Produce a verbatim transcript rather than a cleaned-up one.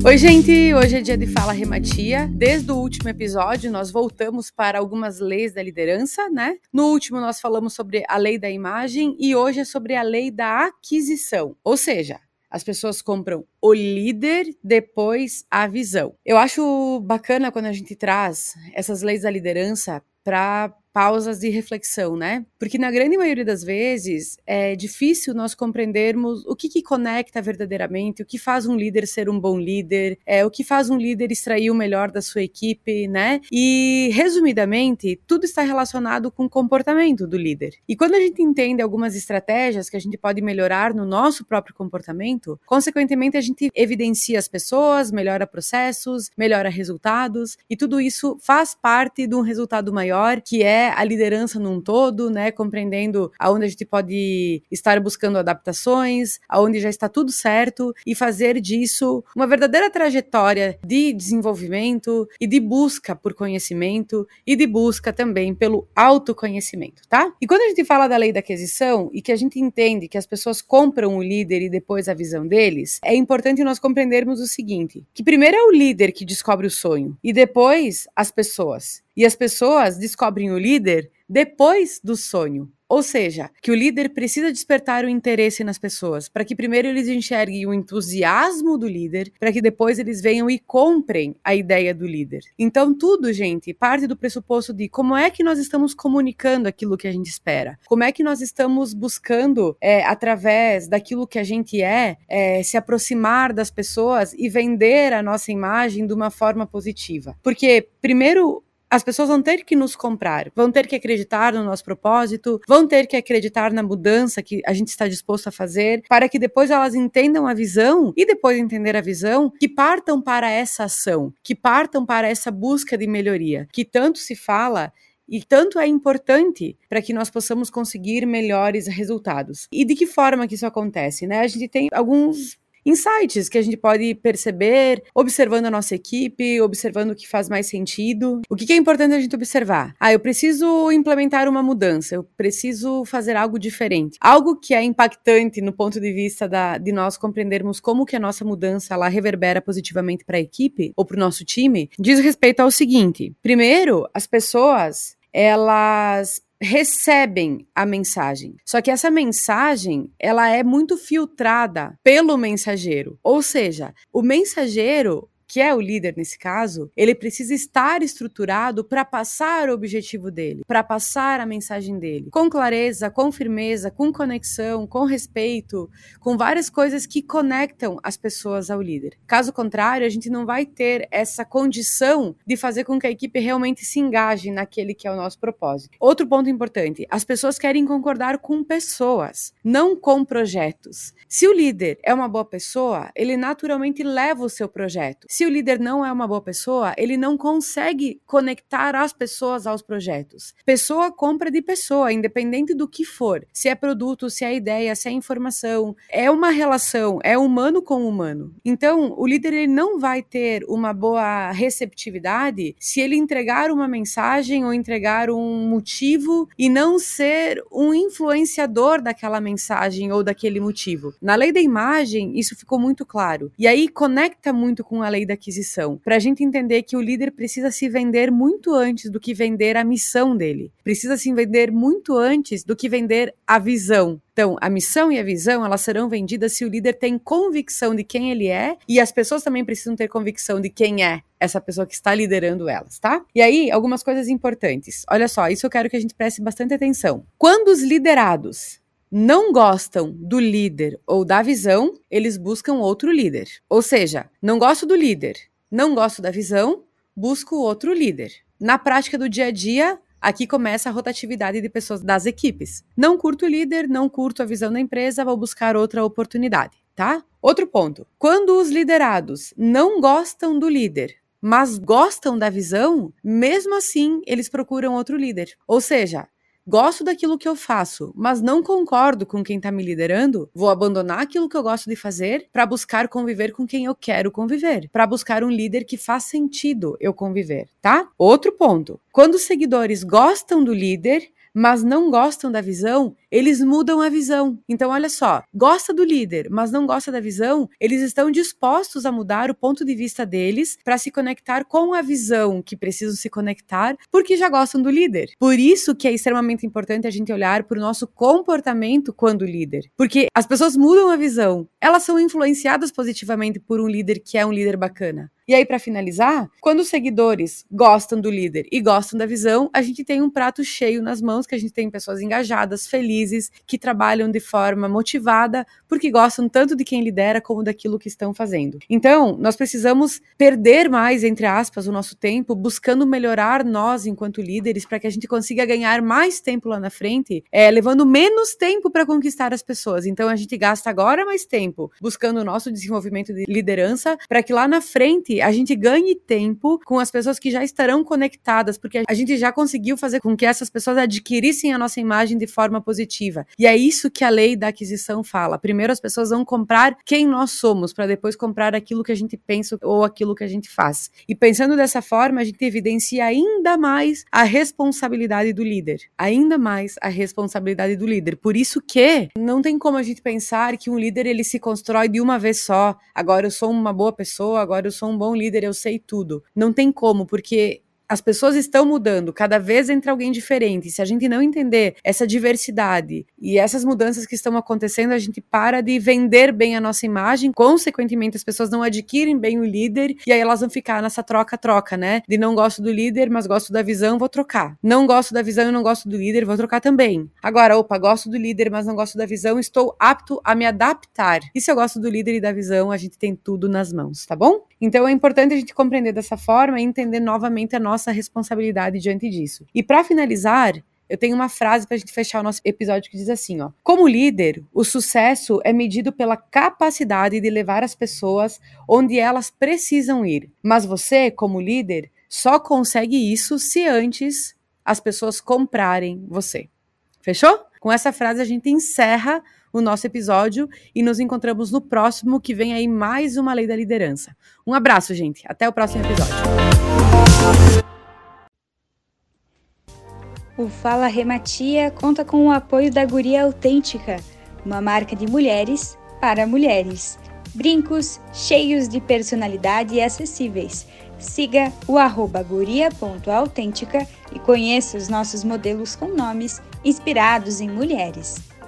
Oi, gente! Hoje é dia de Fala Rematia. Desde o último episódio, nós voltamos para algumas leis da liderança, né? No último, nós falamos sobre a lei da imagem e hoje é sobre a lei da aquisição. Ou seja, as pessoas compram o líder, depois a visão. Eu acho bacana quando a gente traz essas leis da liderança para pausas de reflexão, né? Porque na grande maioria das vezes é difícil nós compreendermos o que, que conecta verdadeiramente, o que faz um líder ser um bom líder, é, o que faz um líder extrair o melhor da sua equipe, né? E, resumidamente, tudo está relacionado com o comportamento do líder. E quando a gente entende algumas estratégias que a gente pode melhorar no nosso próprio comportamento, consequentemente a gente evidencia as pessoas, melhora processos, melhora resultados, e tudo isso faz parte de um resultado maior, que é a liderança num todo, né, compreendendo aonde a gente pode estar buscando adaptações, aonde já está tudo certo e fazer disso uma verdadeira trajetória de desenvolvimento e de busca por conhecimento e de busca também pelo autoconhecimento, tá? E quando a gente fala da lei da aquisição e que a gente entende que as pessoas compram o líder e depois a visão deles, é importante nós compreendermos o seguinte, que primeiro é o líder que descobre o sonho e depois as pessoas. E as pessoas descobrem o líder depois do sonho. Ou seja, que o líder precisa despertar o interesse nas pessoas, para que primeiro eles enxerguem o entusiasmo do líder, para que depois eles venham e comprem a ideia do líder. Então tudo, gente, parte do pressuposto de como é que nós estamos comunicando aquilo que a gente espera, como é que nós estamos buscando, é, através daquilo que a gente é, é, se aproximar das pessoas e vender a nossa imagem de uma forma positiva. Porque, primeiro, as pessoas vão ter que nos comprar, vão ter que acreditar no nosso propósito, vão ter que acreditar na mudança que a gente está disposto a fazer, para que depois elas entendam a visão e depois de entender a visão, que partam para essa ação, que partam para essa busca de melhoria, que tanto se fala e tanto é importante para que nós possamos conseguir melhores resultados. E de que forma que isso acontece, né? A gente tem alguns insights que a gente pode perceber observando a nossa equipe, observando o que faz mais sentido. O que é importante a gente observar? Ah, eu preciso implementar uma mudança, eu preciso fazer algo diferente. Algo que é impactante no ponto de vista da, de nós compreendermos como que a nossa mudança ela reverbera positivamente para a equipe ou para o nosso time, diz respeito ao seguinte. Primeiro, as pessoas, elas recebem a mensagem. Só que essa mensagem, ela é muito filtrada pelo mensageiro. Ou seja, o mensageiro, que é o líder nesse caso, ele precisa estar estruturado para passar o objetivo dele, para passar a mensagem dele, com clareza, com firmeza, com conexão, com respeito, com várias coisas que conectam as pessoas ao líder. Caso contrário, a gente não vai ter essa condição de fazer com que a equipe realmente se engaje naquele que é o nosso propósito. Outro ponto importante, as pessoas querem concordar com pessoas, não com projetos. Se o líder é uma boa pessoa, ele naturalmente leva o seu projeto. Se o líder não é uma boa pessoa, ele não consegue conectar as pessoas aos projetos. Pessoa compra de pessoa, independente do que for. Se é produto, se é ideia, se é informação. É uma relação, é humano com humano. Então, o líder ele não vai ter uma boa receptividade se ele entregar uma mensagem ou entregar um motivo e não ser um influenciador daquela mensagem ou daquele motivo. Na lei da imagem, isso ficou muito claro. E aí, conecta muito com a lei da aquisição, para a gente entender que o líder precisa se vender muito antes do que vender a missão dele. Precisa se vender muito antes do que vender a visão. Então, a missão e a visão, elas serão vendidas se o líder tem convicção de quem ele é e as pessoas também precisam ter convicção de quem é essa pessoa que está liderando elas, tá? E aí, algumas coisas importantes. Olha só, isso eu quero que a gente preste bastante atenção. Quando os liderados não gostam do líder ou da visão, eles buscam outro líder. Ou seja, não gosto do líder, não gosto da visão, busco outro líder. Na prática do dia a dia, aqui começa a rotatividade de pessoas das equipes. Não curto o líder, não curto a visão da empresa, vou buscar outra oportunidade, tá? Outro ponto. Quando os liderados não gostam do líder, mas gostam da visão, mesmo assim, eles procuram outro líder. Ou seja, gosto daquilo que eu faço, mas não concordo com quem está me liderando, vou abandonar aquilo que eu gosto de fazer para buscar conviver com quem eu quero conviver, para buscar um líder que faz sentido eu conviver, tá? Outro ponto, quando os seguidores gostam do líder, mas não gostam da visão, eles mudam a visão. Então, olha só, gosta do líder, mas não gosta da visão, eles estão dispostos a mudar o ponto de vista deles para se conectar com a visão que precisam se conectar, porque já gostam do líder. Por isso que é extremamente importante a gente olhar para o nosso comportamento quando líder. Porque as pessoas mudam a visão, elas são influenciadas positivamente por um líder que é um líder bacana. E aí, para finalizar, quando os seguidores gostam do líder e gostam da visão, a gente tem um prato cheio nas mãos, que a gente tem pessoas engajadas, felizes, que trabalham de forma motivada, porque gostam tanto de quem lidera como daquilo que estão fazendo. Então, nós precisamos perder mais, entre aspas, o nosso tempo, buscando melhorar nós enquanto líderes, para que a gente consiga ganhar mais tempo lá na frente, é, levando menos tempo para conquistar as pessoas. Então, a gente gasta agora mais tempo buscando o nosso desenvolvimento de liderança, para que lá na frente a gente ganhe tempo com as pessoas que já estarão conectadas, porque a gente já conseguiu fazer com que essas pessoas adquirissem a nossa imagem de forma positiva. E é isso que a lei da aquisição fala. Primeiro as pessoas vão comprar quem nós somos, para depois comprar aquilo que a gente pensa ou aquilo que a gente faz. E pensando dessa forma, a gente evidencia ainda mais a responsabilidade do líder. Ainda mais a responsabilidade do líder. Por isso que não tem como a gente pensar que um líder ele se constrói de uma vez só. Agora eu sou uma boa pessoa, agora eu sou um bom líder, eu sei tudo. Não tem como, porque as pessoas estão mudando, cada vez entra alguém diferente. Se a gente não entender essa diversidade e essas mudanças que estão acontecendo, a gente para de vender bem a nossa imagem, consequentemente as pessoas não adquirem bem o líder, e aí elas vão ficar nessa troca-troca, né? De não gosto do líder, mas gosto da visão, vou trocar. Não gosto da visão e não gosto do líder, vou trocar também. Agora, opa, gosto do líder, mas não gosto da visão, estou apto a me adaptar. E se eu gosto do líder e da visão, a gente tem tudo nas mãos, tá bom? Então é importante a gente compreender dessa forma e entender novamente a nossa responsabilidade diante disso. E para finalizar, eu tenho uma frase para a gente fechar o nosso episódio que diz assim, ó: como líder, o sucesso é medido pela capacidade de levar as pessoas onde elas precisam ir. Mas você, como líder, só consegue isso se antes as pessoas comprarem você. Fechou? Com essa frase a gente encerra o nosso episódio e nos encontramos no próximo, que vem aí mais uma Lei da Liderança. Um abraço, gente. Até o próximo episódio. O Fala Rematia conta com o apoio da Guria Autêntica, uma marca de mulheres para mulheres. Brincos cheios de personalidade e acessíveis. Siga o arroba guria ponto autêntica e conheça os nossos modelos com nomes inspirados em mulheres.